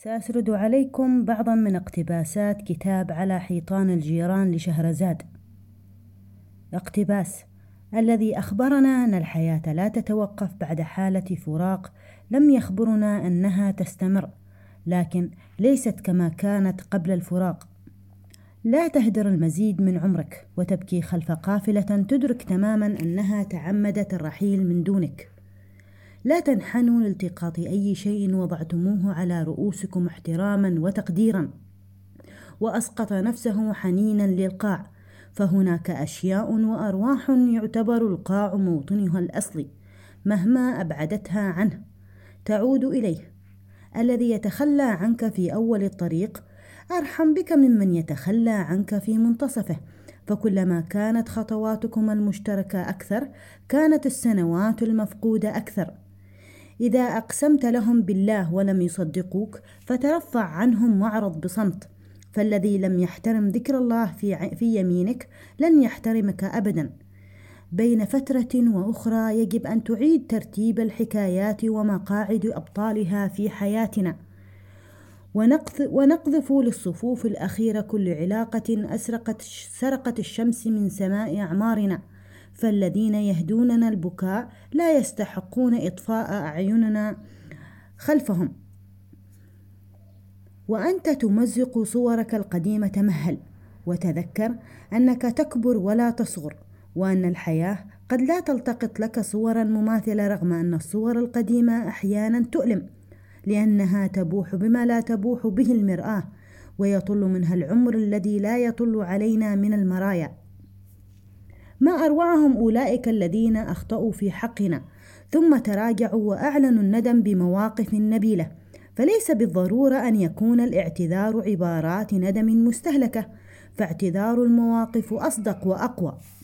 سأسرد عليكم بعضا من اقتباسات كتاب على حيطان الجيران لشهرزاد. اقتباس: الذي أخبرنا أن الحياة لا تتوقف بعد حالة فراق لم يخبرنا أنها تستمر، لكن ليست كما كانت قبل الفراق. لا تهدر المزيد من عمرك وتبكي خلف قافلة تدرك تماما أنها تعمدت الرحيل من دونك. لا تنحنوا لالتقاط أي شيء وضعتموه على رؤوسكم احتراما وتقديرا، وأسقط نفسه حنينا للقاع، فهناك أشياء وأرواح يعتبر القاع موطنها الأصلي مهما أبعدتها عنه تعود إليه. الذي يتخلى عنك في أول الطريق أرحم بك ممن يتخلى عنك في منتصفه، فكلما كانت خطواتكم المشتركة أكثر كانت السنوات المفقودة أكثر. إذا أقسمت لهم بالله ولم يصدقوك فترفع عنهم واعرض بصمت، فالذي لم يحترم ذكر الله في يمينك لن يحترمك أبدا. بين فترة وأخرى يجب أن تعيد ترتيب الحكايات ومقاعد أبطالها في حياتنا، ونقذف للصفوف الأخيرة كل علاقة سرقت الشمس من سماء أعمارنا، فالذين يهدوننا البكاء لا يستحقون إطفاء أعيننا خلفهم. وأنت تمزق صورك القديمة تمهل، وتذكر أنك تكبر ولا تصغر، وأن الحياة قد لا تلتقط لك صورا مماثلة، رغم أن الصور القديمة أحيانا تؤلم، لأنها تبوح بما لا تبوح به المرآة، ويطل منها العمر الذي لا يطل علينا من المرايا. ما أروعهم أولئك الذين أخطأوا في حقنا ثم تراجعوا وأعلنوا الندم بمواقف نبيلة، فليس بالضرورة أن يكون الاعتذار عبارات ندم مستهلكة، فاعتذار المواقف أصدق وأقوى.